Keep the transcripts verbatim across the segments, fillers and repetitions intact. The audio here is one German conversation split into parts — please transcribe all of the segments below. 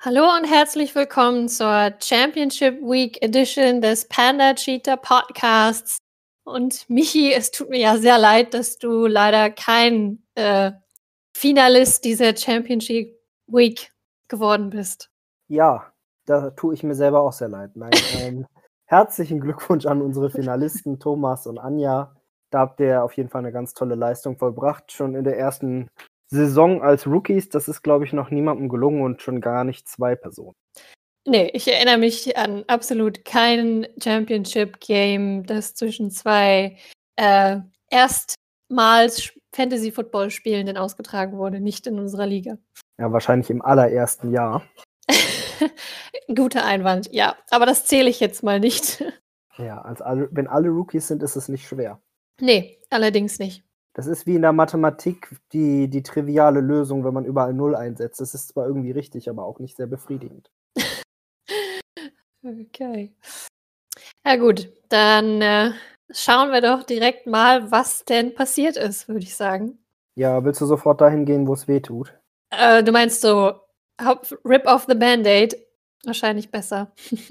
Hallo und herzlich willkommen zur Championship Week Edition des Panda Cheetah Podcasts. Und Michi, es tut mir ja sehr leid, dass du leider kein äh, Finalist dieser Championship Week geworden bist. Ja, da tue ich mir selber auch sehr leid. Nein, ähm, herzlichen Glückwunsch an unsere Finalisten Thomas und Anja. Da habt ihr auf jeden Fall eine ganz tolle Leistung vollbracht, schon in der ersten Saison als Rookies. Das ist, glaube ich, noch niemandem gelungen und schon gar nicht zwei Personen. Nee, ich erinnere mich an absolut kein Championship-Game, das zwischen zwei äh, erstmals Fantasy-Football-Spielenden ausgetragen wurde, nicht in unserer Liga. Ja, wahrscheinlich im allerersten Jahr. Guter Einwand, ja. Aber das zähle ich jetzt mal nicht. Ja, als alle, wenn alle Rookies sind, ist es nicht schwer. Nee, allerdings nicht. Das ist wie in der Mathematik die, die triviale Lösung, wenn man überall Null einsetzt. Das ist zwar irgendwie richtig, aber auch nicht sehr befriedigend. Okay. Ja gut, dann äh, schauen wir doch direkt mal, was denn passiert ist, würde ich sagen. Ja, willst du sofort dahin gehen, wo es weh tut? Äh, du meinst so, Rip off the Band-Aid? Wahrscheinlich besser.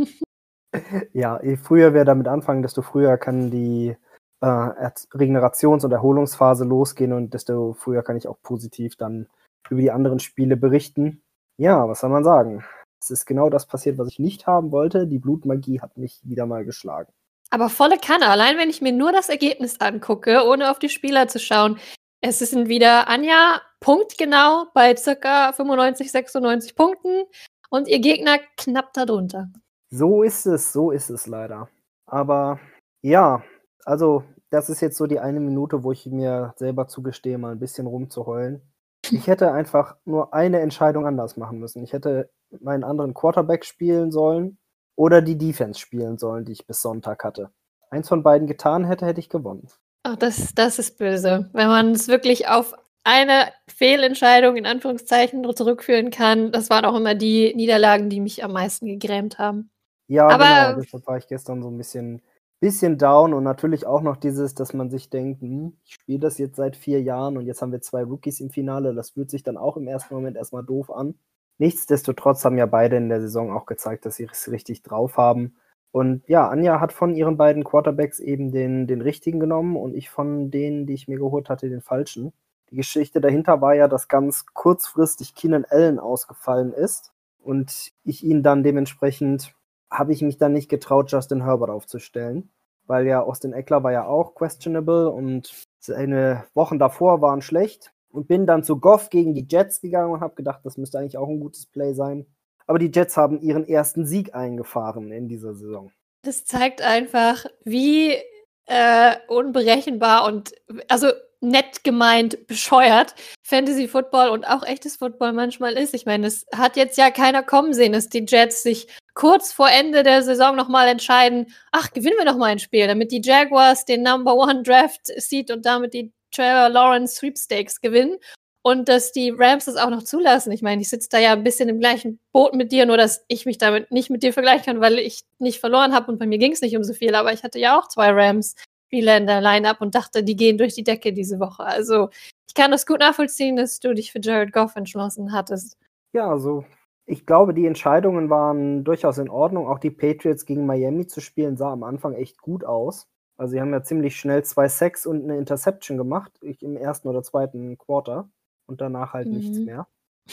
Ja, je früher wir damit anfangen, desto früher kann die äh, Regenerations- und Erholungsphase losgehen und desto früher kann ich auch positiv dann über die anderen Spiele berichten. Ja, was soll man sagen? Es ist genau das passiert, was ich nicht haben wollte. Die Blutmagie hat mich wieder mal geschlagen. Aber volle Kanne. Allein wenn ich mir nur das Ergebnis angucke, ohne auf die Spieler zu schauen, es sind wieder Anja punktgenau bei ca. fünfundneunzig, sechsundneunzig Punkten und ihr Gegner knapp darunter. So ist es, so ist es leider. Aber ja, also das ist jetzt so die eine Minute, wo ich mir selber zugestehe, mal ein bisschen rumzuheulen. Ich hätte einfach nur eine Entscheidung anders machen müssen. Ich hätte meinen anderen Quarterback spielen sollen oder die Defense spielen sollen, die ich bis Sonntag hatte. Eins von beiden getan hätte, hätte ich gewonnen. Ach, das, das ist böse. Wenn man es wirklich auf eine Fehlentscheidung in Anführungszeichen zurückführen kann, das waren auch immer die Niederlagen, die mich am meisten gegrämt haben. Ja, Aber genau. Deshalb war ich gestern so ein bisschen, bisschen down und natürlich auch noch dieses, dass man sich denkt, hm, ich spiele das jetzt seit vier Jahren und jetzt haben wir zwei Rookies im Finale. Das fühlt sich dann auch im ersten Moment erstmal doof an. Nichtsdestotrotz haben ja beide in der Saison auch gezeigt, dass sie es richtig drauf haben. Und ja, Anja hat von ihren beiden Quarterbacks eben den, den richtigen genommen und ich von denen, die ich mir geholt hatte, den falschen. Die Geschichte dahinter war ja, dass ganz kurzfristig Keenan Allen ausgefallen ist und ich ihn dann dementsprechend, habe ich mich dann nicht getraut, Justin Herbert aufzustellen, weil ja Austin Eckler war ja auch questionable und seine Wochen davor waren schlecht und bin dann zu Goff gegen die Jets gegangen und habe gedacht, das müsste eigentlich auch ein gutes Play sein. Aber die Jets haben ihren ersten Sieg eingefahren in dieser Saison. das zeigt einfach, wie äh, unberechenbar und also nett gemeint bescheuert Fantasy Football und auch echtes Football manchmal ist. Ich meine, es hat jetzt ja keiner kommen sehen, dass die Jets sich kurz vor Ende der Saison nochmal entscheiden, ach, gewinnen wir noch mal ein Spiel, damit die Jaguars den Number One Draft Seed und damit die Trevor Lawrence Sweepstakes gewinnen. Und dass die Rams das auch noch zulassen. Ich meine, ich sitze da ja ein bisschen im gleichen Boot mit dir, nur dass ich mich damit nicht mit dir vergleichen kann, weil ich nicht verloren habe und bei mir ging es nicht um so viel. Aber ich hatte ja auch zwei Rams-Spieler in der Line-Up und dachte, die gehen durch die Decke diese Woche. Also ich kann das gut nachvollziehen, dass du dich für Jared Goff entschlossen hattest. Ja, also ich glaube, die Entscheidungen waren durchaus in Ordnung. Auch die Patriots gegen Miami zu spielen sah am Anfang echt gut aus. Also sie haben ja ziemlich schnell zwei Sacks und eine Interception gemacht, ich im ersten oder zweiten Quarter. Und danach halt Mhm. nichts mehr.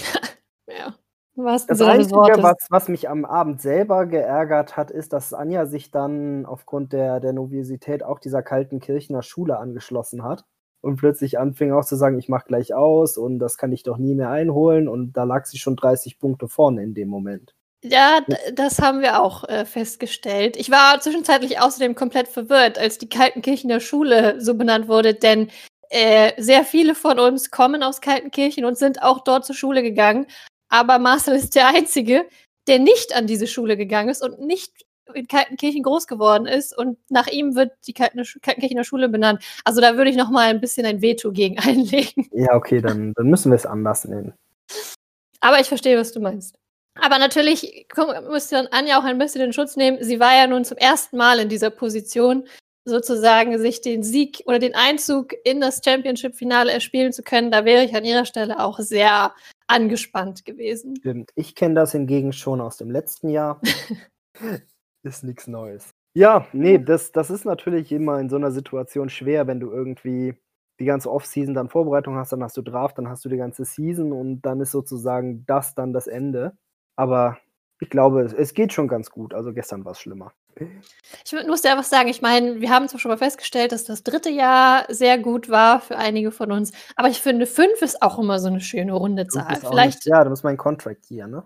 Ja, was Das Einzige, was, was mich am Abend selber geärgert hat, ist, dass Anja sich dann aufgrund der, der Novität auch dieser Kaltenkirchener Schule angeschlossen hat und plötzlich anfing auch zu sagen, ich mach gleich aus und das kann ich doch nie mehr einholen und da lag sie schon dreißig Punkte vorne in dem Moment. Ja, d- das haben wir auch äh, festgestellt. Ich war zwischenzeitlich außerdem komplett verwirrt, als die Kaltenkirchener Schule so benannt wurde, denn äh, sehr viele von uns kommen aus Kaltenkirchen und sind auch dort zur Schule gegangen. Aber Marcel ist der Einzige, der nicht an diese Schule gegangen ist und nicht in Kaltenkirchen groß geworden ist. Und nach ihm wird die Kalten- Kaltenkirchener Schule benannt. Also da würde ich noch mal ein bisschen ein Veto gegen einlegen. Ja, okay, dann, dann müssen wir es anders nennen. Aber ich verstehe, was du meinst. Aber natürlich müsste Anja auch ein bisschen den Schutz nehmen. Sie war ja nun zum ersten Mal in dieser Position, sozusagen sich den Sieg oder den Einzug in das Championship-Finale erspielen zu können. Da wäre ich an ihrer Stelle auch sehr angespannt gewesen. Stimmt. Ich kenne das hingegen schon aus dem letzten Jahr. Ist nichts Neues. Ja, nee, das, das ist natürlich immer in so einer Situation schwer, wenn du irgendwie die ganze Offseason dann Vorbereitung hast, dann hast du Draft, dann hast du die ganze Season und dann ist sozusagen das dann das Ende. Aber ich glaube, es, es geht schon ganz gut. Also gestern war es schlimmer. Ich muss dir einfach sagen, ich meine, wir haben zwar schon mal festgestellt, dass das dritte Jahr sehr gut war für einige von uns, aber ich finde, fünf ist auch immer so eine schöne runde Fünf Zahl. ist auch Vielleicht, nicht, ja, das ist mein Contract hier, ne?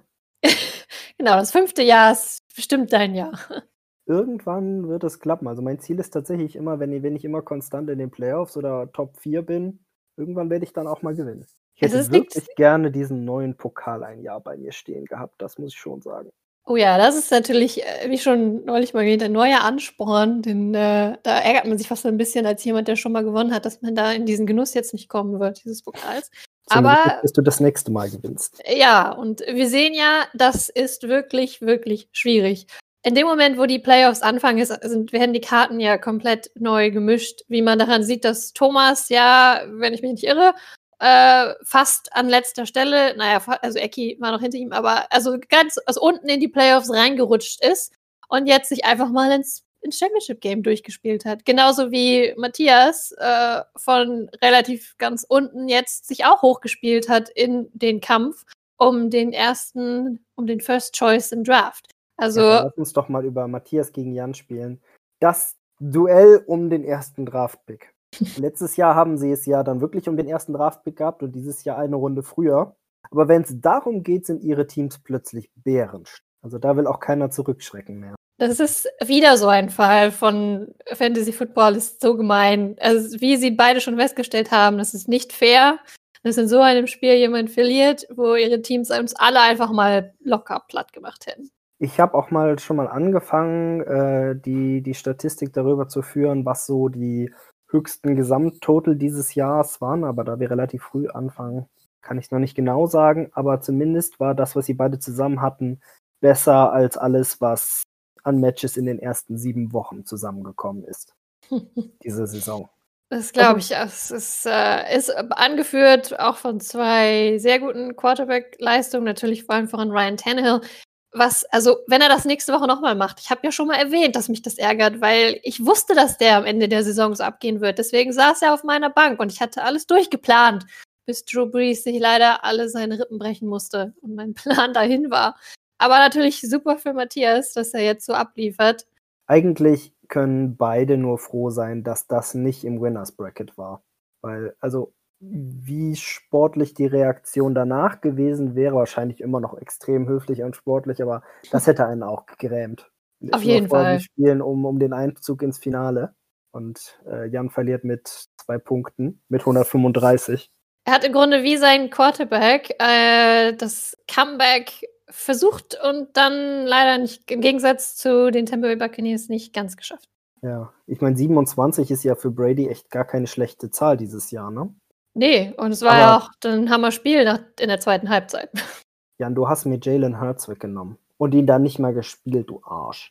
genau, das fünfte Jahr ist bestimmt dein Jahr. Irgendwann wird es klappen. Also mein Ziel ist tatsächlich immer, wenn ich, wenn ich immer konstant in den Playoffs oder Top vier bin, irgendwann werde ich dann auch mal gewinnen. Ich Also hätte es liegt, wirklich gerne diesen neuen Pokal ein Jahr bei mir stehen gehabt, das muss ich schon sagen. oh ja, das ist natürlich, äh, wie schon neulich mal erwähnt, ein neuer Ansporn, denn äh, da ärgert man sich fast so ein bisschen als jemand, der schon mal gewonnen hat, dass man da in diesen Genuss jetzt nicht kommen wird, dieses Pokals. Zumindest Aber bis du das nächste Mal gewinnst. ja, und wir sehen ja, das ist wirklich, wirklich schwierig. In dem Moment, wo die Playoffs anfangen, ist, sind, werden die Karten ja komplett neu gemischt. Wie man daran sieht, dass Thomas ja, wenn ich mich nicht irre, äh, fast an letzter Stelle, naja, fa- also Ecki war noch hinter ihm, aber also ganz also unten in die Playoffs reingerutscht ist und jetzt sich einfach mal ins, ins Championship-Game durchgespielt hat. Genauso wie Matthias äh, von relativ ganz unten jetzt sich auch hochgespielt hat in den Kampf um den ersten, um den First Choice im Draft. Also, Ja, lass uns doch mal über Matthias gegen Jan spielen. Das Duell um den ersten Draftpick. Letztes Jahr haben sie es ja dann wirklich um den ersten Draftpick gehabt und dieses Jahr eine Runde früher. Aber wenn es darum geht, sind ihre Teams plötzlich bärenstark. Also da will auch keiner zurückschrecken mehr. das ist wieder so ein Fall von Fantasy Football, ist so gemein. Also, wie sie beide schon festgestellt haben, das ist nicht fair, dass in so einem Spiel jemand verliert, wo ihre Teams uns alle einfach mal locker platt gemacht hätten. Ich habe auch mal schon mal angefangen, äh, die, die Statistik darüber zu führen, was so die höchsten Gesamttotal dieses Jahres waren, aber da wir relativ früh anfangen, kann ich noch nicht genau sagen, aber zumindest war das, was sie beide zusammen hatten, besser als alles, was an Matches in den ersten sieben Wochen zusammengekommen ist, diese Saison. Das glaube ich. Es ist, äh, ist angeführt auch von zwei sehr guten Quarterback-Leistungen, natürlich vor allem von Ryan Tannehill. Was, also, wenn er das nächste Woche nochmal macht, ich habe ja schon mal erwähnt, dass mich das ärgert, weil ich wusste, dass der am Ende der Saison so abgehen wird. Deswegen saß er auf meiner Bank und ich hatte alles durchgeplant, bis Drew Brees sich leider alle seine Rippen brechen musste und mein Plan dahin war. Aber natürlich super für Matthias, dass er jetzt so abliefert. Eigentlich können beide nur froh sein, dass das nicht im Winners Bracket war. Weil, also, wie sportlich die Reaktion danach gewesen wäre, wahrscheinlich immer noch extrem höflich und sportlich, aber das hätte einen auch gerähmt. Auf jeden Fall. Die spielen um, um den Einzug ins Finale und äh, Jan verliert mit zwei Punkten, mit hundertfünfunddreißig. Er hat im Grunde wie sein Quarterback äh, das Comeback versucht und dann leider nicht, im Gegensatz zu den Tampa Bay Buccaneers, nicht ganz geschafft. Ja, ich meine, siebenundzwanzig ist ja für Brady echt gar keine schlechte Zahl dieses Jahr, ne? Nee, und es war Aber- ja auch ein Hammer-Spiel nach, in der zweiten Halbzeit. Jan, du hast mir Jalen Hurts weggenommen und ihn dann nicht mal gespielt, du Arsch.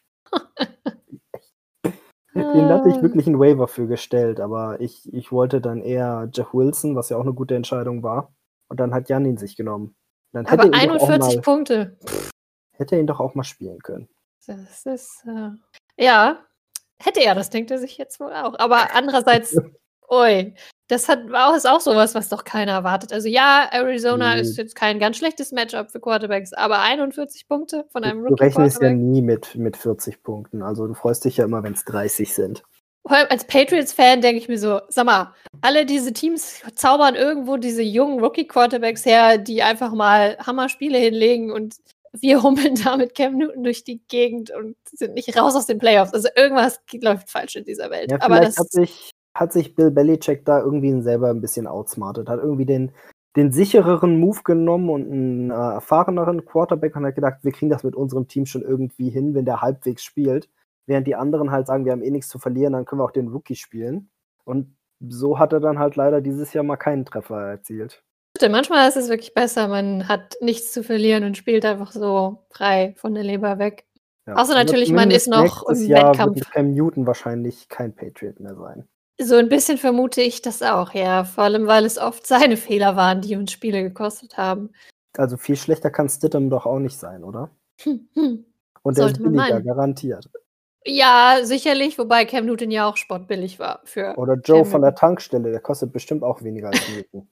Den hatte ich wirklich einen Waiver für gestellt, aber ich, ich wollte dann eher Jeff Wilson, was ja auch eine gute Entscheidung war. Und dann hat Jan ihn sich genommen. Dann hätte Aber er ihn doch auch einundvierzig mal, Punkte. hätte er ihn doch auch mal spielen können. Das ist, äh, ja, hätte er, das denkt er sich jetzt wohl auch. Aber andererseits, ui, das hat, war auch, ist auch sowas, was doch keiner erwartet. Also ja, Arizona Nee. ist jetzt kein ganz schlechtes Matchup für Quarterbacks, aber einundvierzig Punkte von einem Du rechnest ja Rookie-Quarterback. nie mit, mit vierzig Punkten. Also du freust dich ja immer, wenn es dreißig sind. Vor allem als Patriots-Fan denke ich mir so, sag mal, alle diese Teams zaubern irgendwo diese jungen Rookie-Quarterbacks her, die einfach mal Hammer-Spiele hinlegen und wir humpeln da mit Cam Newton durch die Gegend und sind nicht raus aus den Playoffs. Also irgendwas läuft falsch in dieser Welt. Ja, Aber vielleicht das, hat sich, hat sich Bill Belichick da irgendwie selber ein bisschen outsmartet, hat irgendwie den, den sichereren Move genommen und einen äh, erfahreneren Quarterback und hat gedacht, wir kriegen das mit unserem Team schon irgendwie hin, wenn der halbwegs spielt. Während die anderen halt sagen, wir haben eh nichts zu verlieren, dann können wir auch den Rookie spielen. Und so hat er dann halt leider dieses Jahr mal keinen Treffer erzielt. stimmt, manchmal ist es wirklich besser, man hat nichts zu verlieren und spielt einfach so frei von der Leber weg. Ja. Außer Aber natürlich, man ist zumindest noch nächstes im Jahr Wettkampf. wird mit Cam Newton wahrscheinlich kein Patriot mehr sein. So ein bisschen vermute ich das auch, ja. Vor allem, weil es oft seine Fehler waren, die uns Spiele gekostet haben. Also viel schlechter kann Stidham doch auch nicht sein, oder? Hm, hm. Und der ist Sollte man billiger, meinen. garantiert. Ja, sicherlich, wobei Cam Newton ja auch spottbillig war für Oder Joe Cam von der Newton. Tankstelle, der kostet bestimmt auch weniger als Newton.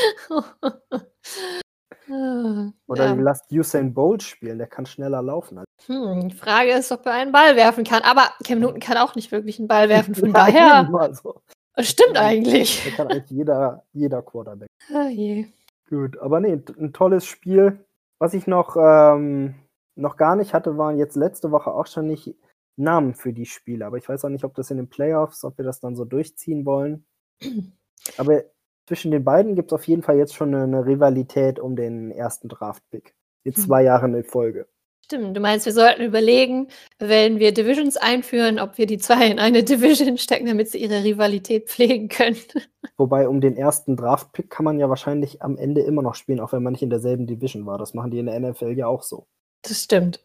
Ah, Oder ja. ihr lasst Usain Bolt spielen, der kann schneller laufen als Hm, die Frage ist, ob er einen Ball werfen kann. Aber Cam Newton kann auch nicht wirklich einen Ball werfen, von Ja, daher eben, also. stimmt Der eigentlich. kann eigentlich jeder, jeder Quarterback. Ah je. Gut, aber nee, t- ein tolles Spiel. Was ich noch, ähm, noch gar nicht hatte, waren jetzt letzte Woche auch schon nicht Namen für die Spiele. Aber ich weiß auch nicht, ob das in den Playoffs, ob wir das dann so durchziehen wollen. Aber zwischen den beiden gibt es auf jeden Fall jetzt schon eine, eine Rivalität um den ersten Draft-Pick. Jetzt Hm. zwei Jahre in Folge. Stimmt, du meinst, wir sollten überlegen, wenn wir Divisions einführen, ob wir die zwei in eine Division stecken, damit sie ihre Rivalität pflegen können. Wobei um den ersten Draft-Pick kann man ja wahrscheinlich am Ende immer noch spielen, auch wenn man nicht in derselben Division war. Das machen die in der N F L ja auch so. Das stimmt.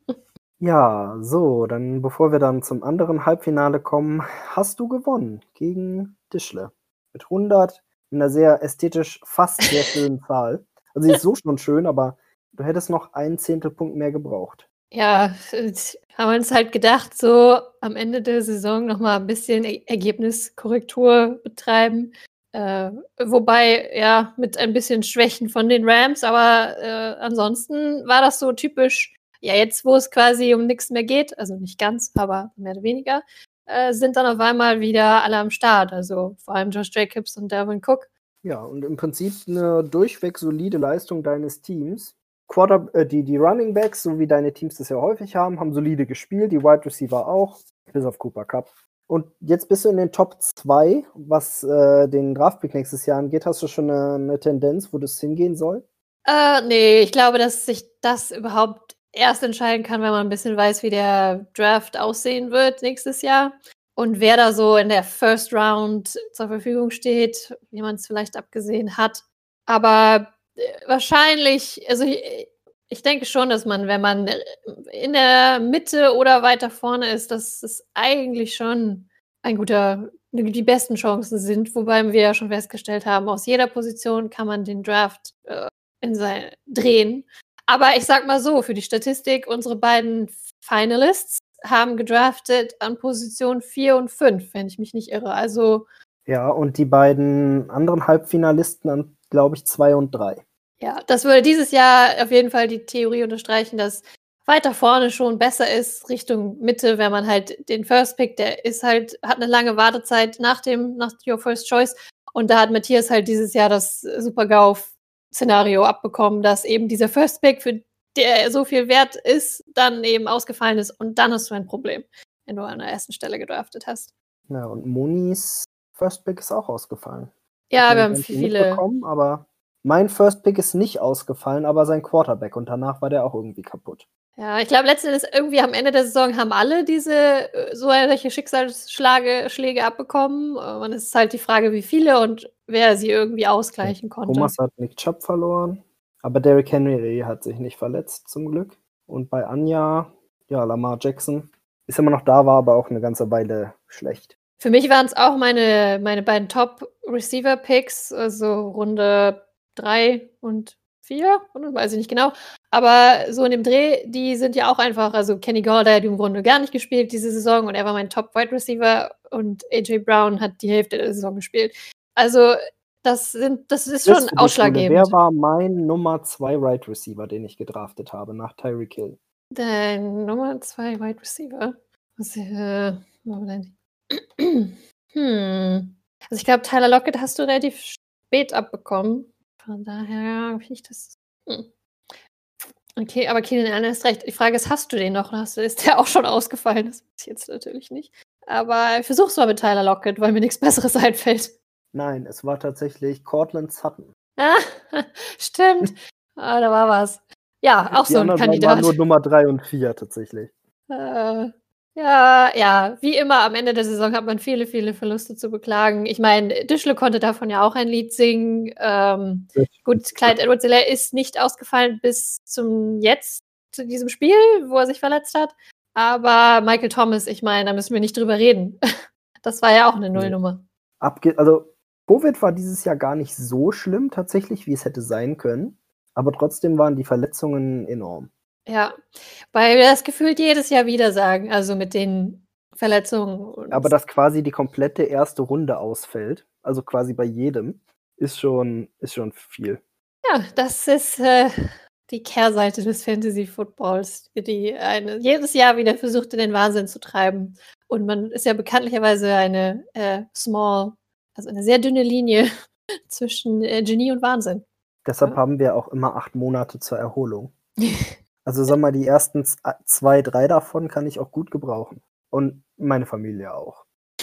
Ja, so, dann bevor wir dann zum anderen Halbfinale kommen, hast du gewonnen gegen Tischle. Mit hundert, in einer sehr ästhetisch fast sehr schönen Zahl. Also sie ist so schon schön, aber du hättest noch einen Zehntelpunkt mehr gebraucht. Ja, jetzt haben wir uns halt gedacht, so am Ende der Saison nochmal ein bisschen E- Ergebniskorrektur betreiben. Äh, wobei, ja, mit ein bisschen Schwächen von den Rams, aber äh, ansonsten war das so typisch, ja, jetzt, wo es quasi um nichts mehr geht, also nicht ganz, aber mehr oder weniger, äh, sind dann auf einmal wieder alle am Start. Also vor allem Josh Jacobs und Dalvin Cook. Ja, und im Prinzip eine durchweg solide Leistung deines Teams. Quarter, äh, die, die Running Backs, so wie deine Teams das ja häufig haben, haben solide gespielt, die Wide Receiver auch, bis auf Cooper Kupp. Und jetzt bist du in den Top zwei, was äh, den Draftpick nächstes Jahr angeht. Hast du schon eine, eine Tendenz, wo das hingehen soll? Äh, nee, ich glaube, dass sich das überhaupt erst entscheiden kann, wenn man ein bisschen weiß, wie der Draft aussehen wird nächstes Jahr und wer da so in der First Round zur Verfügung steht, wie man es vielleicht abgesehen hat. Aber äh, wahrscheinlich, also ich, ich denke schon, dass man, wenn man in der Mitte oder weiter vorne ist, dass es eigentlich schon ein guter, die besten Chancen sind, wobei wir ja schon festgestellt haben, aus jeder Position kann man den Draft äh, in sein drehen. Aber ich sag mal so, für die Statistik, unsere beiden Finalists haben gedraftet an Position vier und fünf, wenn ich mich nicht irre. Also Ja, und die beiden anderen Halbfinalisten an, glaube ich, zwei und drei. ja, das würde dieses Jahr auf jeden Fall die Theorie unterstreichen, dass weiter vorne schon besser ist, Richtung Mitte, wenn man halt den First Pick, der ist halt, hat eine lange Wartezeit nach dem, nach Your First Choice. Und da hat Matthias halt dieses Jahr das Super-GAU-Szenario abbekommen, dass eben dieser First Pick, für der so viel wert ist, dann eben ausgefallen ist. Und dann hast du ein Problem, wenn du an der ersten Stelle gedraftet hast. Ja, und Monis First Pick ist auch ausgefallen. Ja, Hab wir ich haben nicht viel, viele. mitbekommen, aber mein First Pick ist nicht ausgefallen, aber sein Quarterback. Und danach war der auch irgendwie kaputt. Ja, ich glaube, letztendlich irgendwie am Ende der Saison haben alle diese äh, so solche Schicksalsschläge Schläge abbekommen. Äh, Und es ist halt die Frage, wie viele und wer sie irgendwie ausgleichen konnte. Thomas hat Nick Chubb verloren, aber Derrick Henry hat sich nicht verletzt, zum Glück. Und bei Anja, ja, Lamar Jackson ist immer noch da, war aber auch eine ganze Weile schlecht. Für mich waren es auch meine, meine beiden Top-Receiver-Picks, also Runde drei und vier, weiß ich nicht genau. Aber so in dem Dreh, die sind ja auch einfach, also Kenny Galladay hat im Grunde gar nicht gespielt diese Saison und er war mein Top-Wide-Receiver und A J Brown hat die Hälfte der Saison gespielt. Also das, sind, das ist Das schon für dich, Jule. Wer ausschlaggebend. war mein Nummer zwei Wide Receiver, den ich gedraftet habe, nach Tyreek Hill? Dein Nummer zwei Wide Receiver. Was, äh, wo war denn? Hm. Also ich glaube, Tyler Lockett hast du relativ spät abbekommen. Von daher habe ich das. Hm. Okay, aber Keenan Allen hast recht. Die Frage ist, hast du den noch? Oder hast du, ist der auch schon ausgefallen? Das weiß ich jetzt natürlich nicht. Aber ich versuch's mal mit Tyler Lockett, weil mir nichts Besseres einfällt. Nein, es war tatsächlich Cortland Sutton. Ah, stimmt. Ah, da war was. Ja, auch Die so ein anderen beiden Kandidat. waren nur Nummer drei und vier tatsächlich. Äh, ja, ja, wie immer am Ende der Saison hat man viele, viele Verluste zu beklagen. Ich meine, Dischle konnte davon ja auch ein Lied singen. Ähm, gut, Clyde Edwards-Helaire ist nicht ausgefallen bis zum jetzt, zu diesem Spiel, wo er sich verletzt hat. Aber Michael Thomas, ich meine, da müssen wir nicht drüber reden. Das war ja auch eine Nullnummer. Abge also, Covid war dieses Jahr gar nicht so schlimm tatsächlich, wie es hätte sein können. Aber trotzdem waren die Verletzungen enorm. Ja, weil wir das gefühlt jedes Jahr wieder sagen, also mit den Verletzungen und Aber dass quasi die komplette erste Runde ausfällt, also quasi bei jedem, ist schon, ist schon viel. Ja, das ist äh, die Kehrseite des Fantasy-Footballs, die eine, jedes Jahr wieder versucht, in den Wahnsinn zu treiben. Und man ist ja bekanntlicherweise eine äh, small, also eine sehr dünne Linie zwischen äh, Genie und Wahnsinn. Deshalb Ja. haben wir auch immer acht Monate zur Erholung. Also sag mal, die ersten z- zwei, drei davon kann ich auch gut gebrauchen. Und meine Familie auch.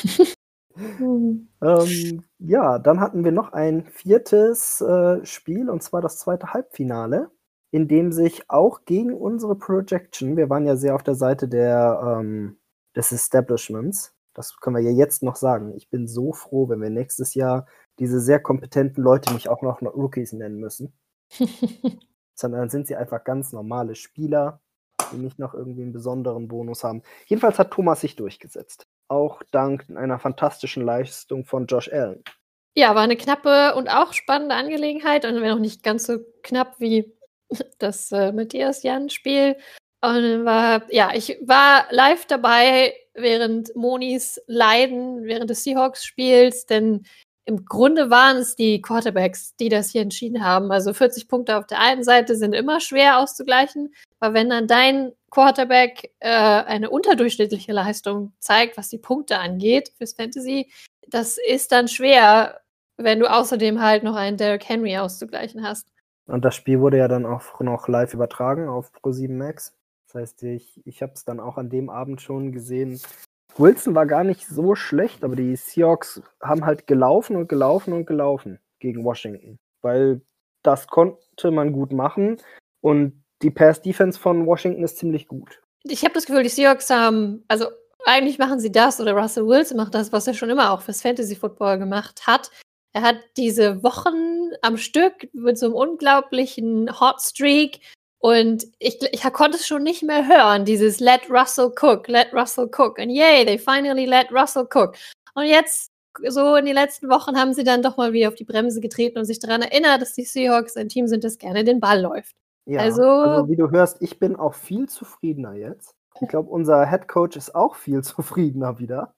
Hm. Ähm, ja, dann hatten wir noch ein viertes äh, Spiel, und zwar das zweite Halbfinale, in dem sich auch gegen unsere Projection, wir waren ja sehr auf der Seite der, ähm, des Establishments, das können wir ja jetzt noch sagen. Ich bin so froh, wenn wir nächstes Jahr diese sehr kompetenten Leute nicht auch noch Rookies nennen müssen, sondern dann sind sie einfach ganz normale Spieler, die nicht noch irgendwie einen besonderen Bonus haben. Jedenfalls hat Thomas sich durchgesetzt. Auch dank einer fantastischen Leistung von Josh Allen. Ja, war eine knappe und auch spannende Angelegenheit und wenn auch nicht ganz so knapp wie das äh, Matthias-Jan-Spiel. Und war, ja, ich war live dabei während Monis Leiden, während des Seahawks-Spiels, denn im Grunde waren es die Quarterbacks, die das hier entschieden haben. Also vierzig Punkte auf der einen Seite sind immer schwer auszugleichen, aber wenn dann dein Quarterback äh, eine unterdurchschnittliche Leistung zeigt, was die Punkte angeht fürs Fantasy, das ist dann schwer, wenn du außerdem halt noch einen Derrick Henry auszugleichen hast. Und das Spiel wurde ja dann auch noch live übertragen auf ProSieben Max. Das heißt, ich, ich habe es dann auch an dem Abend schon gesehen. Wilson war gar nicht so schlecht, aber die Seahawks haben halt gelaufen und gelaufen und gelaufen gegen Washington. Weil das konnte man gut machen und die Pass-Defense von Washington ist ziemlich gut. Ich habe das Gefühl, die Seahawks haben, also eigentlich machen sie das oder Russell Wilson macht das, was er schon immer auch fürs Fantasy-Football gemacht hat. Er hat diese Wochen am Stück mit so einem unglaublichen Hotstreak und ich, ich konnte es schon nicht mehr hören, dieses Let Russell cook, let Russell cook. And yay, they finally let Russell cook. Und jetzt, so in den letzten Wochen, haben sie dann doch mal wieder auf die Bremse getreten und sich daran erinnert, dass die Seahawks ein Team sind, das gerne den Ball läuft. Ja, Also, also wie du hörst, ich bin auch viel zufriedener jetzt. Ich glaube, unser Head Coach ist auch viel zufriedener wieder.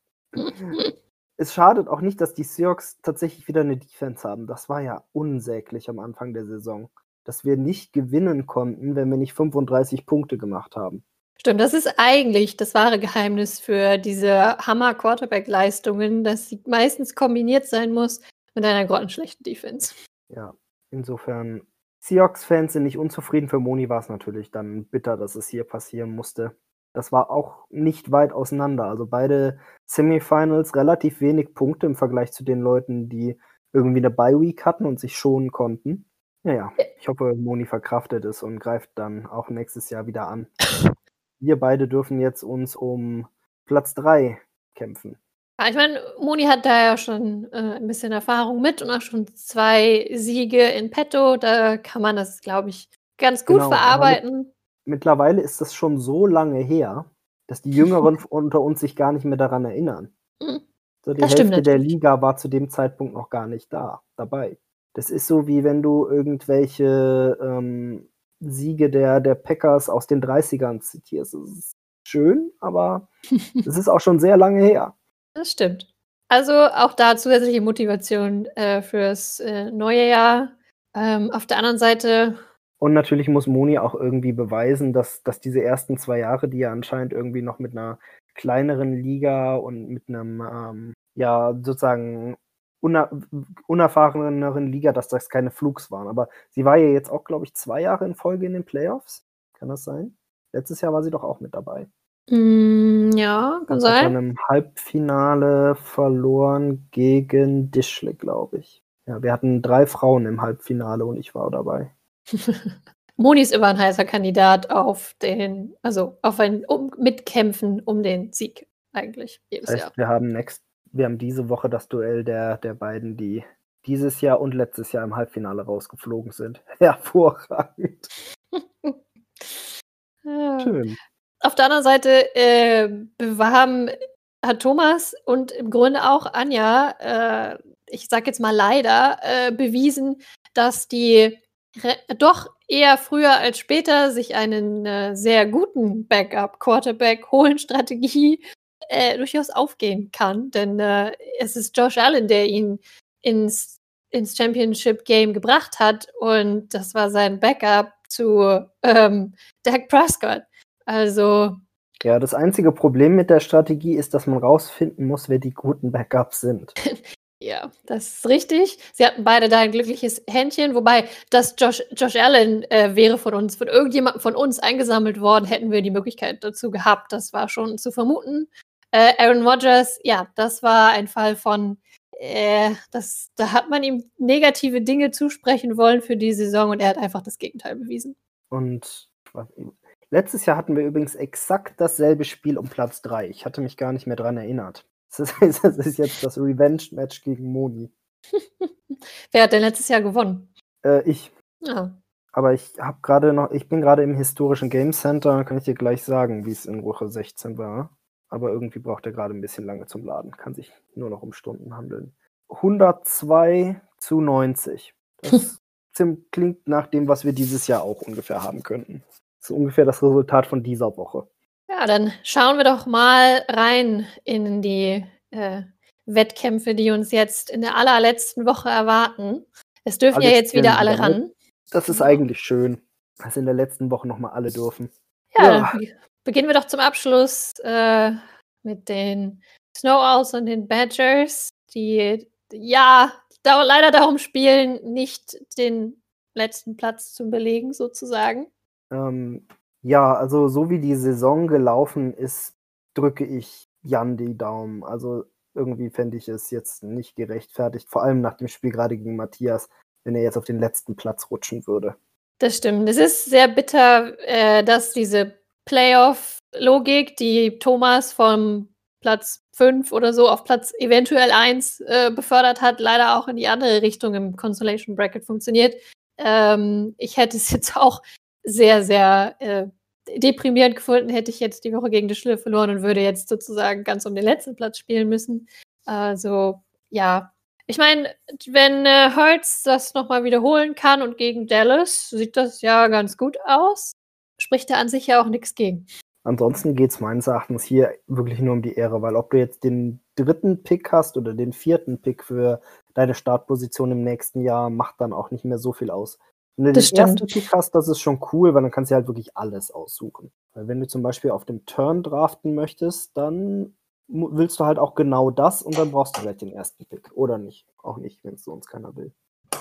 Es schadet auch nicht, dass die Seahawks tatsächlich wieder eine Defense haben. Das war ja unsäglich am Anfang der Saison, dass wir nicht gewinnen konnten, wenn wir nicht fünfunddreißig Punkte gemacht haben. Stimmt, das ist eigentlich das wahre Geheimnis für diese Hammer-Quarterback-Leistungen, dass sie meistens kombiniert sein muss mit einer grottenschlechten Defense. Ja, insofern, Seahawks-Fans sind nicht unzufrieden. Für Moni war es natürlich dann bitter, dass es hier passieren musste. Das war auch nicht weit auseinander. Also beide Semifinals relativ wenig Punkte im Vergleich zu den Leuten, die irgendwie eine Bye-Week hatten und sich schonen konnten. Naja, ich hoffe, Moni verkraftet es und greift dann auch nächstes Jahr wieder an. Wir beide dürfen jetzt uns um Platz drei kämpfen. Ja, ich meine, Moni hat da ja schon äh, ein bisschen Erfahrung mit und auch schon zwei Siege in petto. Da kann man das, glaube ich, ganz gut Genau, aber verarbeiten. Mittlerweile ist das schon so lange her, dass die Jüngeren unter uns sich gar nicht mehr daran erinnern. Mhm. So, die Das stimmt Hälfte der natürlich. Liga war zu dem Zeitpunkt noch gar nicht da, dabei. Das ist so, wie wenn du irgendwelche ähm, Siege der, der Packers aus den dreißigern zitierst. Das ist schön, aber es ist auch schon sehr lange her. Das stimmt. Also auch da zusätzliche Motivation äh, fürs äh, neue Jahr. Ähm, auf der anderen Seite, Und natürlich muss Moni auch irgendwie beweisen, dass, dass diese ersten zwei Jahre, die er anscheinend irgendwie noch mit einer kleineren Liga und mit einem, ähm, ja, sozusagen uner unerfahreneren Liga, dass das keine Flugs waren. Aber sie war ja jetzt auch, glaube ich, zwei Jahre in Folge in den Playoffs. Kann das sein? Letztes Jahr war sie doch auch mit dabei. mh, ja, kann Und hat dann sein. im Halbfinale verloren gegen Dischle, glaube ich. Ja, wir hatten drei Frauen im Halbfinale und ich war dabei. Moni ist immer ein heißer Kandidat auf den, also auf ein um, Mitkämpfen um den Sieg eigentlich jedes Das heißt, Jahr. wir haben next, wir haben diese Woche das Duell der, der beiden, die dieses Jahr und letztes Jahr im Halbfinale rausgeflogen sind. Hervorragend. Ja. Schön. Auf der anderen Seite äh, haben, hat Thomas und im Grunde auch Anja, äh, ich sag jetzt mal leider, äh, bewiesen, dass die re- doch eher früher als später sich einen äh, sehr guten Backup-Quarterback holen Strategie äh, durchaus aufgehen kann. Denn äh, es ist Josh Allen, der ihn ins, ins Championship-Game gebracht hat. Und das war sein Backup zu ähm, Dak Prescott. Also Ja, das einzige Problem mit der Strategie ist, dass man rausfinden muss, wer die guten Backups sind. ja, das ist richtig. Sie hatten beide da ein glückliches Händchen, wobei das Josh, Josh Allen äh, wäre von uns, von irgendjemandem von uns eingesammelt worden, hätten wir die Möglichkeit dazu gehabt. Das war schon zu vermuten. Äh, Aaron Rodgers, ja, das war ein Fall von, äh, das, da hat man ihm negative Dinge zusprechen wollen für die Saison und er hat einfach das Gegenteil bewiesen. Und letztes Jahr hatten wir übrigens exakt dasselbe Spiel um Platz drei. Ich hatte mich gar nicht mehr dran erinnert. Das ist, das ist jetzt das Revenge-Match gegen Moni. Wer hat denn letztes Jahr gewonnen? Äh, ich. Ja. Aber ich habe gerade noch, ich bin gerade im historischen Game Center, kann ich dir gleich sagen, wie es in Woche sechzehn war. Aber irgendwie braucht er gerade ein bisschen lange zum Laden. Kann sich nur noch um Stunden handeln. hundertzwei zu neunzig. Das klingt nach dem, was wir dieses Jahr auch ungefähr haben könnten. Das ist ungefähr das Resultat von dieser Woche. Ja, dann schauen wir doch mal rein in die äh, Wettkämpfe, die uns jetzt in der allerletzten Woche erwarten. Es dürfen Alle ja jetzt wieder spielen alle wieder ran. mit. Das ist Ja. eigentlich schön, dass in der letzten Woche nochmal alle dürfen. Ja, Ja. dann be- beginnen wir doch zum Abschluss äh, mit den Snow Owls und den Badgers, die ja da, leider darum spielen, nicht den letzten Platz zu belegen, sozusagen. Ähm, ja, also so wie die Saison gelaufen ist, drücke ich Jan die Daumen. Also irgendwie fände ich es jetzt nicht gerechtfertigt, vor allem nach dem Spiel gerade gegen Matthias, wenn er jetzt auf den letzten Platz rutschen würde. Das stimmt. Es ist sehr bitter, äh, dass diese Playoff-Logik, die Thomas vom Platz fünf oder so auf Platz eventuell eins äh, befördert hat, leider auch in die andere Richtung im Consolation Bracket funktioniert. Ähm, ich hätte es jetzt auch sehr, sehr äh, deprimierend gefunden, hätte ich jetzt die Woche gegen die Schule verloren und würde jetzt sozusagen ganz um den letzten Platz spielen müssen. Also, ja. Ich meine, wenn äh, Hurts das nochmal wiederholen kann und gegen Dallas, sieht das ja ganz gut aus. Spricht da an sich ja auch nichts gegen. Ansonsten geht es meines Erachtens hier wirklich nur um die Ehre, weil ob du jetzt den dritten Pick hast oder den vierten Pick für deine Startposition im nächsten Jahr, macht dann auch nicht mehr so viel aus. Wenn du Das den ersten stimmt. Pick hast, das ist schon cool, weil dann kannst du halt wirklich alles aussuchen. Weil wenn du zum Beispiel auf dem Turn draften möchtest, dann mu- willst du halt auch genau das und dann brauchst du vielleicht den ersten Pick. Oder nicht. Auch nicht, wenn es sonst keiner will.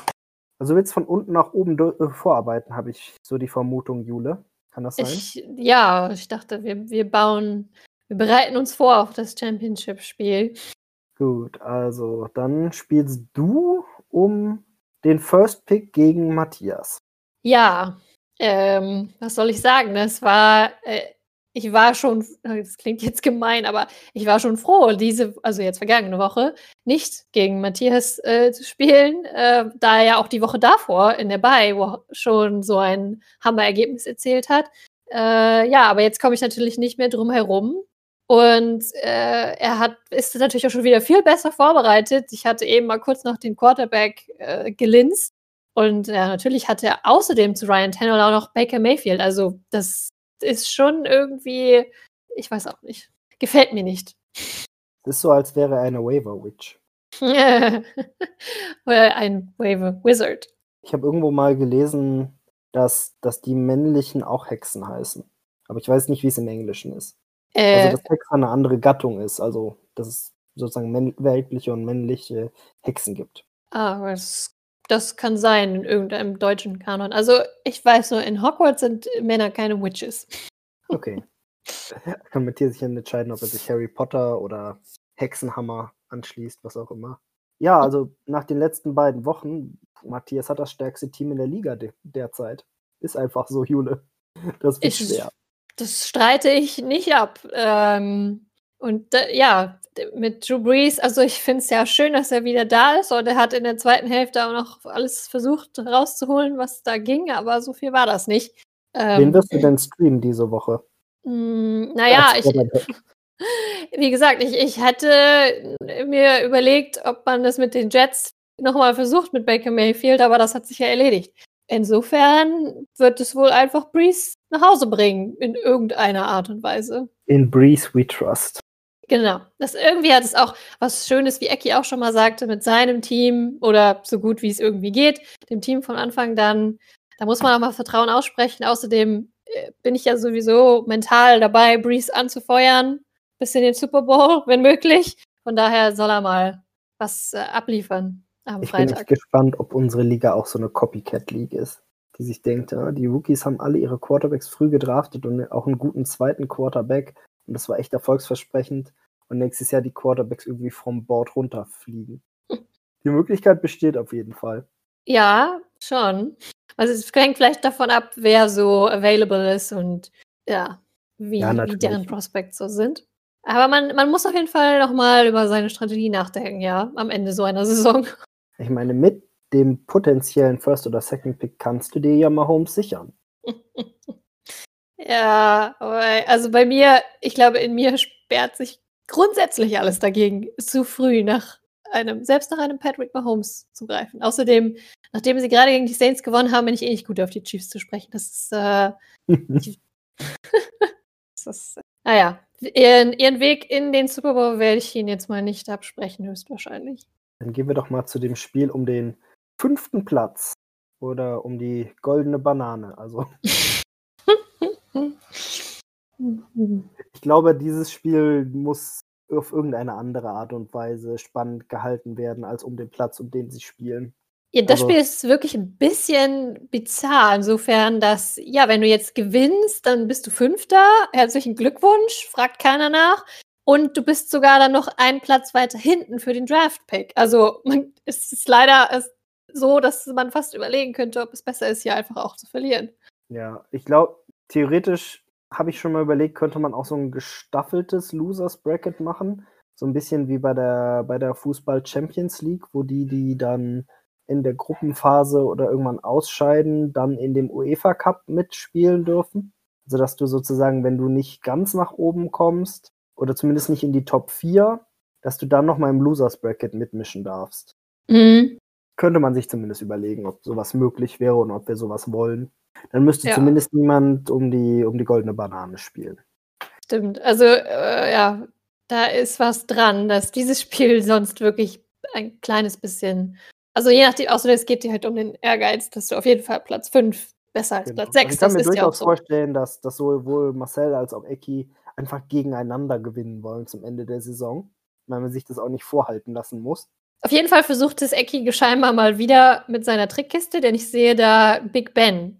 Also willst von unten nach oben do- äh, vorarbeiten, habe ich so die Vermutung, Jule. Kann das sein? Ich, ja, ich dachte, wir, wir bauen, wir bereiten uns vor auf das Championship-Spiel. Gut, also dann spielst du um den First Pick gegen Matthias. Ja, ähm, was soll ich sagen? Das war, äh, ich war schon, das klingt jetzt gemein, aber ich war schon froh, diese, also jetzt vergangene Woche, nicht gegen Matthias äh, zu spielen, äh, da er ja auch die Woche davor in der Bye wo schon so ein Hammerergebnis erzielt hat. Äh, ja, aber jetzt komme ich natürlich nicht mehr drum herum. Und äh, er hat, ist natürlich auch schon wieder viel besser vorbereitet. Ich hatte eben mal kurz noch den Quarterback äh, gelinst. Und ja, natürlich hat er außerdem zu Ryan Tannehill auch noch Baker Mayfield. Also das ist schon irgendwie, ich weiß auch nicht, gefällt mir nicht. Es ist so, als wäre er eine Waiver Witch. Oder ein Waiver Wizard. Ich habe irgendwo mal gelesen, dass, dass die männlichen auch Hexen heißen. Aber ich weiß nicht, wie es im Englischen ist. Äh, Also, dass Hexe eine andere Gattung ist. Also, dass es sozusagen männ- weibliche und männliche Hexen gibt. ah, das, das kann sein in irgendeinem deutschen Kanon. Also ich weiß nur, in Hogwarts sind Männer keine Witches. Okay. Kann Matthias sich dann entscheiden, ob er sich Harry Potter oder Hexenhammer anschließt, was auch immer. Ja, also nach den letzten beiden Wochen, Matthias hat das stärkste Team in der Liga de derzeit. Ist einfach so, Jule. Das wird Ich, schwer. Das streite ich nicht ab. Ähm, und äh, ja, d- mit Drew Brees, also ich finde es ja schön, dass er wieder da ist und er hat in der zweiten Hälfte auch noch alles versucht rauszuholen, was da ging, aber so viel war das nicht. Wen Ähm, wirst du denn streamen diese Woche? mh, naja, Als ich, Quarterback. wie gesagt, ich, ich hatte mir überlegt, ob man das mit den Jets nochmal versucht mit Baker Mayfield, aber das hat sich ja erledigt. insofern wird es wohl einfach Brees nach Hause bringen, in irgendeiner Art und Weise. In Brees we trust. Genau. Das irgendwie hat es auch was Schönes, wie Eki auch schon mal sagte, mit seinem Team oder so gut wie es irgendwie geht, dem Team von Anfang dann. Da muss man auch mal Vertrauen aussprechen. Außerdem äh, bin ich ja sowieso mental dabei, Brees anzufeuern, bis in den Super Bowl, wenn möglich. Von daher soll er mal was äh, abliefern am Ich bin echt Freitag. gespannt, ob unsere Liga auch so eine Copycat-League ist, die sich denkt, ja, die Rookies haben alle ihre Quarterbacks früh gedraftet und auch einen guten zweiten Quarterback. Und das war echt erfolgsversprechend. Und nächstes Jahr die Quarterbacks irgendwie vom Board runterfliegen. Die Möglichkeit besteht auf jeden Fall. Ja, schon. Also es hängt vielleicht davon ab, wer so available ist und ja, wie, Ja, wie natürlich. deren Prospects so sind. Aber man, man muss auf jeden Fall nochmal über seine Strategie nachdenken, ja, am Ende so einer Saison. Ich meine, mit dem potenziellen First- oder Second-Pick kannst du dir ja Mahomes sichern. Ja, aber also bei mir, ich glaube, in mir sperrt sich grundsätzlich alles dagegen, zu früh nach einem, selbst nach einem Patrick Mahomes zu greifen. Außerdem, nachdem sie gerade gegen die Saints gewonnen haben, bin ich eh nicht gut auf die Chiefs zu sprechen. Das ist, äh, das ist, naja, ihren, ihren Weg in den Super Bowl werde ich Ihnen jetzt mal nicht absprechen, höchstwahrscheinlich. Dann gehen wir doch mal zu dem Spiel um den fünften Platz oder um die goldene Banane. Also ich glaube, dieses Spiel muss auf irgendeine andere Art und Weise spannend gehalten werden, als um den Platz, um den sie spielen. Ja, das Also- Spiel ist wirklich ein bisschen bizarr, insofern, dass, ja, wenn du jetzt gewinnst, dann bist du Fünfter. Herzlichen Glückwunsch, fragt keiner nach. Und du bist sogar dann noch einen Platz weiter hinten für den Draft-Pick. Also man, es ist leider es, so, dass man fast überlegen könnte, ob es besser ist, hier einfach auch zu verlieren. Ja, ich glaube, theoretisch habe ich schon mal überlegt, könnte man auch so ein gestaffeltes Losers Bracket machen. So ein bisschen wie bei der, bei der Fußball Champions League, wo die, die dann in der Gruppenphase oder irgendwann ausscheiden, dann in dem UEFA Cup mitspielen dürfen. Also dass du sozusagen, wenn du nicht ganz nach oben kommst oder zumindest nicht in die Top vier, dass du dann nochmal im Losers Bracket mitmischen darfst. Mhm. Könnte man sich zumindest überlegen, ob sowas möglich wäre und ob wir sowas wollen. Dann müsste Ja. zumindest niemand um die, um die goldene Banane spielen. Stimmt. Also, äh, ja, da ist was dran, dass dieses Spiel sonst wirklich ein kleines bisschen, also je nachdem, außer es geht dir halt um den Ehrgeiz, dass du auf jeden Fall Platz fünf besser als Genau. Platz Also sechs, ich kann das mir ist ja auch durchaus so. vorstellen, dass, dass sowohl Marcel als auch Eki einfach gegeneinander gewinnen wollen zum Ende der Saison, weil man sich das auch nicht vorhalten lassen muss. Auf jeden Fall versucht es Eki scheinbar mal wieder mit seiner Trickkiste, denn ich sehe da Big Ben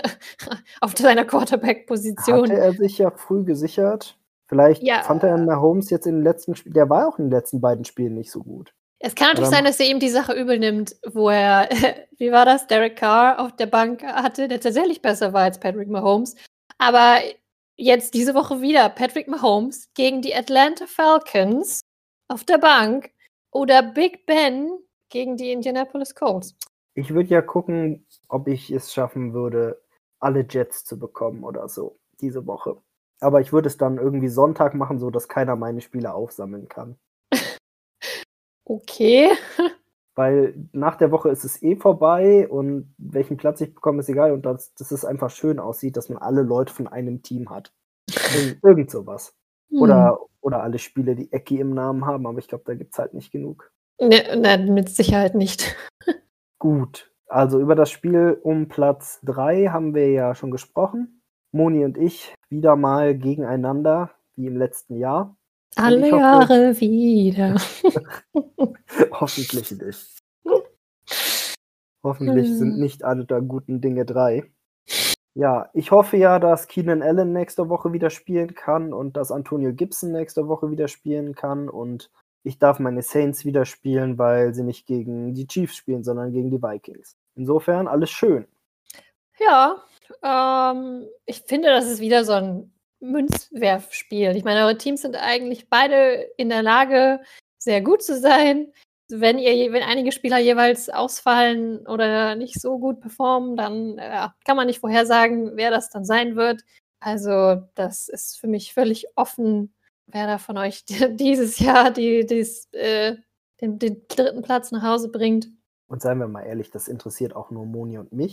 auf seiner Quarterback-Position. Hatte er sich ja früh gesichert. Vielleicht Ja. fand er Mahomes jetzt in den letzten Spielen, der war auch in den letzten beiden Spielen nicht so gut. Es kann natürlich Aber- sein, dass er ihm die Sache übel nimmt, wo er, wie war das, Derek Carr auf der Bank hatte, der tatsächlich besser war als Patrick Mahomes. Aber jetzt diese Woche wieder Patrick Mahomes gegen die Atlanta Falcons auf der Bank oder Big Ben gegen die Indianapolis Colts. Ich würde ja gucken, ob ich es schaffen würde, alle Jets zu bekommen oder so diese Woche. Aber ich würde es dann irgendwie Sonntag machen, so dass keiner meine Spiele aufsammeln kann. Okay. Weil nach der Woche ist es eh vorbei und welchen Platz ich bekomme, ist egal. Und dass, dass es einfach schön aussieht, dass man alle Leute von einem Team hat. Irgend, irgend sowas. Hm. Oder, oder alle Spiele, die Ecki im Namen haben, aber ich glaube, da gibt es halt nicht genug. Ne, ne, mit Sicherheit nicht. Gut, also über das Spiel um Platz drei haben wir ja schon gesprochen. Moni und ich wieder mal gegeneinander, wie im letzten Jahr. Alle ich hoffe- Jahre wieder. Hoffentlich nicht. Hoffentlich sind Hm. nicht alle der guten Dinge drei. Ja, ich hoffe ja, dass Keenan Allen nächste Woche wieder spielen kann und dass Antonio Gibson nächste Woche wieder spielen kann und ich darf meine Saints wieder spielen, weil sie nicht gegen die Chiefs spielen, sondern gegen die Vikings. Insofern alles schön. Ja, ähm, ich finde, das ist wieder so ein Münzwerfspiel. Ich meine, eure Teams sind eigentlich beide in der Lage, sehr gut zu sein. Wenn ihr, je- wenn einige Spieler jeweils ausfallen oder nicht so gut performen, dann äh, kann man nicht vorhersagen, wer das dann sein wird. Also, das ist für mich völlig offen, wer da von euch dieses Jahr die, dies, äh, den, den dritten Platz nach Hause bringt. Und seien wir mal ehrlich, das interessiert auch nur Moni und mich.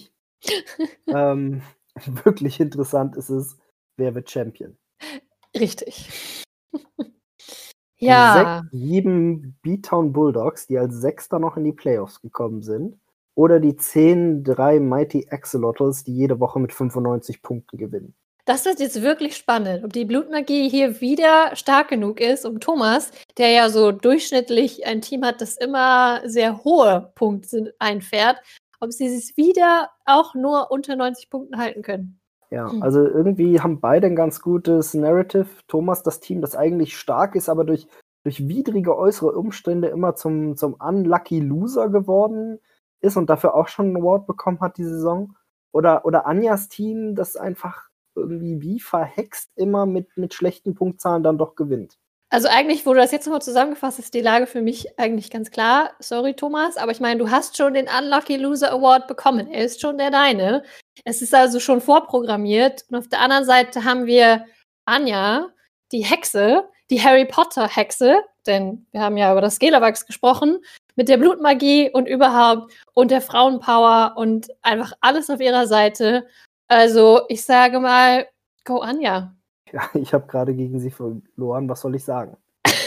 Ähm, wirklich interessant ist es, wer wird Champion? Richtig. Die sechs Ja. sieben B-Town Bulldogs, die als Sechster noch in die Playoffs gekommen sind, oder die zehn drei Mighty Axolotls, die jede Woche mit fünfundneunzig Punkten gewinnen. Das wird jetzt wirklich spannend, ob die Blutmagie hier wieder stark genug ist, um Thomas, der ja so durchschnittlich ein Team hat, das immer sehr hohe Punkte einfährt, ob sie es wieder auch nur unter neunzig Punkten halten können. Ja, Hm. also irgendwie haben beide ein ganz gutes Narrative. Thomas, das Team, das eigentlich stark ist, aber durch, durch widrige äußere Umstände immer zum, zum Unlucky Loser geworden ist und dafür auch schon einen Award bekommen hat die Saison. Oder, oder Anjas Team, das einfach irgendwie wie verhext immer mit, mit schlechten Punktzahlen dann doch gewinnt. Also eigentlich, wo du das jetzt nochmal zusammengefasst hast, ist die Lage für mich eigentlich ganz klar. Sorry, Thomas, aber ich meine, du hast schon den Unlucky Loser Award bekommen. Er ist schon der deine. Es ist also schon vorprogrammiert. Und auf der anderen Seite haben wir Anja, die Hexe, die Harry Potter Hexe, denn wir haben ja über das Skelawachs gesprochen, mit der Blutmagie und überhaupt und der Frauenpower und einfach alles auf ihrer Seite. Also ich sage mal, go Anja. Ja, ich habe gerade gegen sie verloren, was soll ich sagen?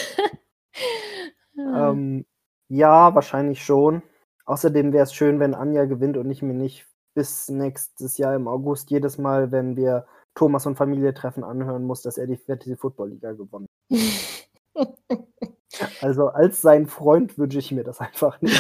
ähm, ja, wahrscheinlich schon. Außerdem wäre es schön, wenn Anja gewinnt und ich mir nicht bis nächstes Jahr im August jedes Mal, wenn wir Thomas und Familie treffen, anhören muss, dass er die Fantasy Football Liga gewonnen hat. Also als sein Freund wünsche ich mir das einfach nicht.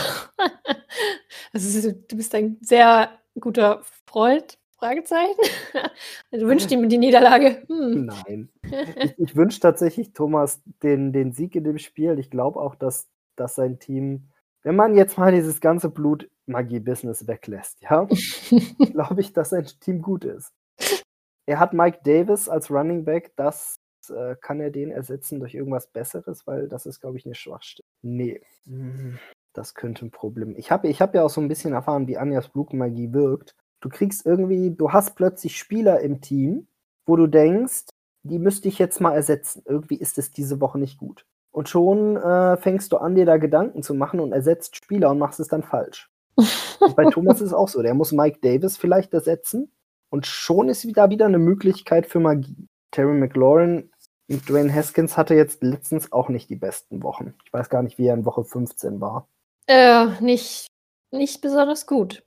Also, du bist ein sehr guter Freund? Fragezeichen. Du wünschst ihm die Niederlage. Hm. Nein. Ich, ich wünsche tatsächlich Thomas den, den Sieg in dem Spiel. Ich glaube auch, dass, dass sein Team, wenn man jetzt mal dieses ganze Blutmagie-Business weglässt, ja, glaube ich, dass sein Team gut ist. Er hat Mike Davis als Running Back, das äh, kann er den ersetzen durch irgendwas Besseres, weil das ist, glaube ich, eine Schwachstelle. Nee, das könnte ein Problem. Ich habe ich hab ja auch so ein bisschen erfahren, wie Anjas Blutmagie wirkt. Du kriegst irgendwie, du hast plötzlich Spieler im Team, wo du denkst, die müsste ich jetzt mal ersetzen. Irgendwie ist es diese Woche nicht gut. Und schon äh, fängst du an, dir da Gedanken zu machen und ersetzt Spieler und machst es dann falsch. Und bei Thomas ist es auch so. Der muss Mike Davis vielleicht ersetzen und schon ist da wieder eine Möglichkeit für Magie. Terry McLaurin und Dwayne Haskins hatte jetzt letztens auch nicht die besten Wochen. Ich weiß gar nicht, wie er in Woche fünfzehn war. Äh, nicht, nicht besonders gut.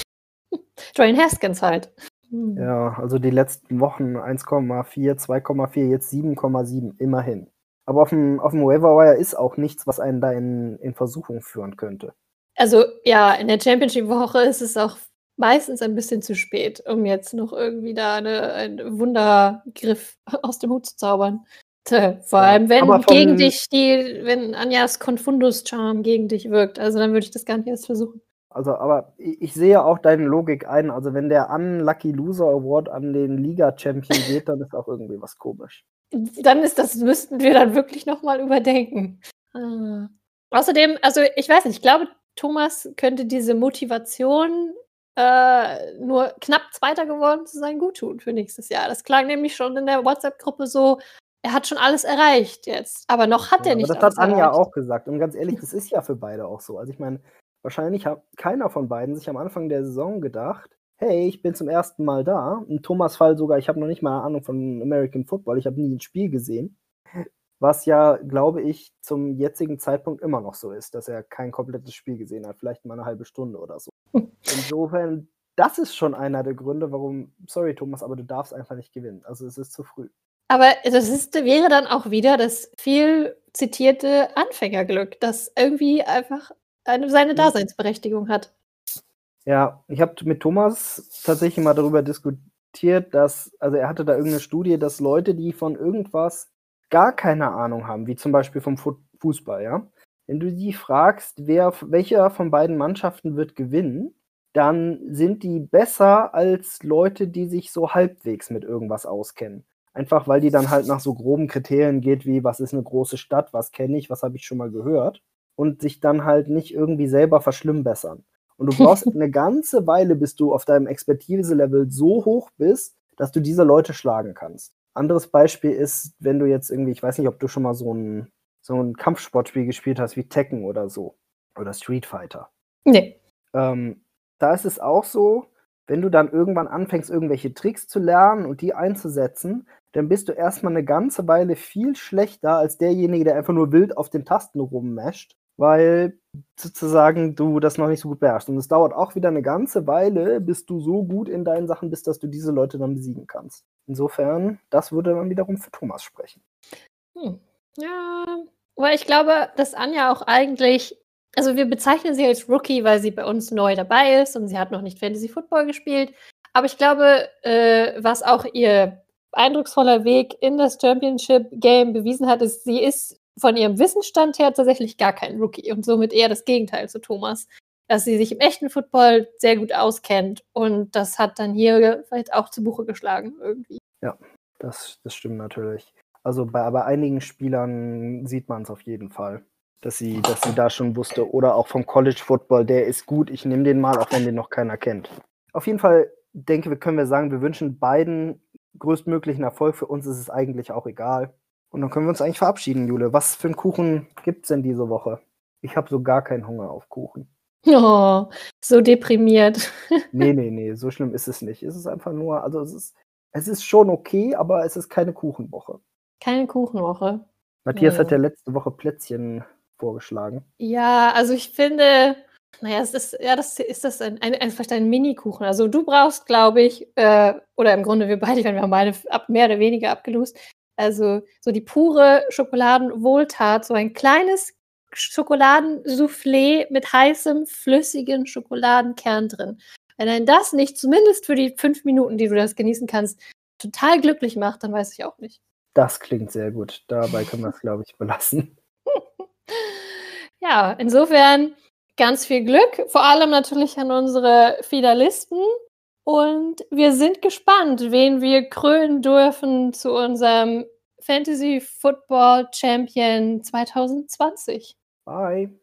Dwayne Haskins halt. Hm. Ja, also die letzten Wochen eins Komma vier, zwei Komma vier, jetzt sieben Komma sieben, immerhin. Aber auf dem, auf dem Waiver-Wire ist auch nichts, was einen da in, in Versuchung führen könnte. Also ja, in der Championship-Woche ist es auch meistens ein bisschen zu spät, um jetzt noch irgendwie da eine, einen Wundergriff aus dem Hut zu zaubern. Tö, vor Ja, allem, wenn aber von- gegen dich die, wenn Anjas Confundus-Charm gegen dich wirkt. Also dann würde ich das gar nicht erst versuchen. Also, aber ich, ich sehe auch deine Logik ein. Also, wenn der Unlucky Loser Award an den Liga-Champion geht, dann ist auch irgendwie was komisch. Dann ist das, müssten wir dann wirklich nochmal überdenken. Ah. Außerdem, also ich weiß nicht, ich glaube, Thomas könnte diese Motivation, äh, nur knapp Zweiter geworden zu sein, gut tun für nächstes Jahr. Das klang nämlich schon in der WhatsApp-Gruppe so, er hat schon alles erreicht jetzt. Aber noch hat Ja, er nicht aber das alles hat Anja erreicht. auch gesagt. Und ganz ehrlich, das ist ja für beide auch so. Also ich meine, wahrscheinlich hat keiner von beiden sich am Anfang der Saison gedacht, hey, ich bin zum ersten Mal da. In Thomas' Fall sogar, ich habe noch nicht mal eine Ahnung von American Football. Ich habe nie ein Spiel gesehen. Was ja, glaube ich, zum jetzigen Zeitpunkt immer noch so ist, dass er kein komplettes Spiel gesehen hat. Vielleicht mal eine halbe Stunde oder so. Insofern, das ist schon einer der Gründe, warum, sorry Thomas, aber du darfst einfach nicht gewinnen. Also es ist zu früh. Aber das ist, wäre dann auch wieder das viel zitierte Anfängerglück, das irgendwie einfach eine, seine Daseinsberechtigung hat. Ja, ich habe mit Thomas tatsächlich mal darüber diskutiert, dass, also er hatte da irgendeine Studie, dass Leute, die von irgendwas gar keine Ahnung haben, wie zum Beispiel vom Fu- Fußball, ja, wenn du die fragst, wer, welcher von beiden Mannschaften wird gewinnen, dann sind die besser als Leute, die sich so halbwegs mit irgendwas auskennen. Einfach weil die dann halt nach so groben Kriterien geht, wie was ist eine große Stadt, was kenne ich, was habe ich schon mal gehört, und sich dann halt nicht irgendwie selber verschlimmbessern. Und du brauchst eine ganze Weile, bis du auf deinem Expertise-Level so hoch bist, dass du diese Leute schlagen kannst. Anderes Beispiel ist, wenn du jetzt irgendwie, ich weiß nicht, ob du schon mal so ein, so ein Kampfsportspiel gespielt hast wie Tekken oder so. Oder Street Fighter. Nee. Ähm, da ist es auch so, wenn du dann irgendwann anfängst, irgendwelche Tricks zu lernen und die einzusetzen, dann bist du erst mal 'ne ganze Weile viel schlechter als derjenige, der einfach nur wild auf den Tasten rummasht, weil sozusagen du das noch nicht so gut beherrschst. Und es dauert auch wieder 'ne ganze Weile, bis du so gut in deinen Sachen bist, dass du diese Leute dann besiegen kannst. Insofern, das würde dann wiederum für Thomas sprechen. Hm, ja, aber ich glaube, dass Anja auch eigentlich also, wir bezeichnen sie als Rookie, weil sie bei uns neu dabei ist und sie hat noch nicht Fantasy Football gespielt. Aber ich glaube, äh, was auch ihr eindrucksvoller Weg in das Championship Game bewiesen hat, ist, sie ist von ihrem Wissensstand her tatsächlich gar kein Rookie und somit eher das Gegenteil zu Thomas. Dass sie sich im echten Football sehr gut auskennt und das hat dann hier vielleicht auch zu Buche geschlagen irgendwie. Ja, das das stimmt natürlich. Also, bei bei einigen Spielern sieht man's auf jeden Fall, dass sie dass sie da schon wusste oder auch vom College Football, der ist gut, ich nehme den mal, auch wenn den noch keiner kennt. Auf jeden Fall denke wir können wir sagen, wir wünschen beiden größtmöglichen Erfolg. Für uns ist es eigentlich auch egal. Und dann können wir uns eigentlich verabschieden, Jule. Was für 'n Kuchen gibt's denn diese Woche? Ich habe so gar keinen Hunger auf Kuchen. Oh, so deprimiert. Ne, ne, ne, so schlimm ist es nicht. Es ist einfach nur also, es ist es ist schon okay, aber es ist keine Kuchenwoche. Keine Kuchenwoche. Matthias hat ja Ne. letzte Woche Plätzchen vorgeschlagen. Ja, also, ich finde na ja, es ist ja, das ist das ein ein vielleicht ein Minikuchen. Also, du brauchst, glaube ich, äh oder im Grunde wir beide, ich meine, wir haben beide f ab mehr oder weniger abgelost. Also, so die pure Schokoladenwohltat, so ein kleines Schokoladensoufflé mit heißem, flüssigen Schokoladenkern drin. Wenn einen das nicht zumindest für die fünf Minuten, die du das genießen kannst, total glücklich macht, dann weiß ich auch nicht. Das klingt sehr gut. Dabei können wir's, glaube ich, belassen. Ja, insofern ganz viel Glück, vor allem natürlich an unsere Finalisten. Und wir sind gespannt, wen wir krönen dürfen zu unserem Fantasy Football Champion zwanzig zwanzig. Bye.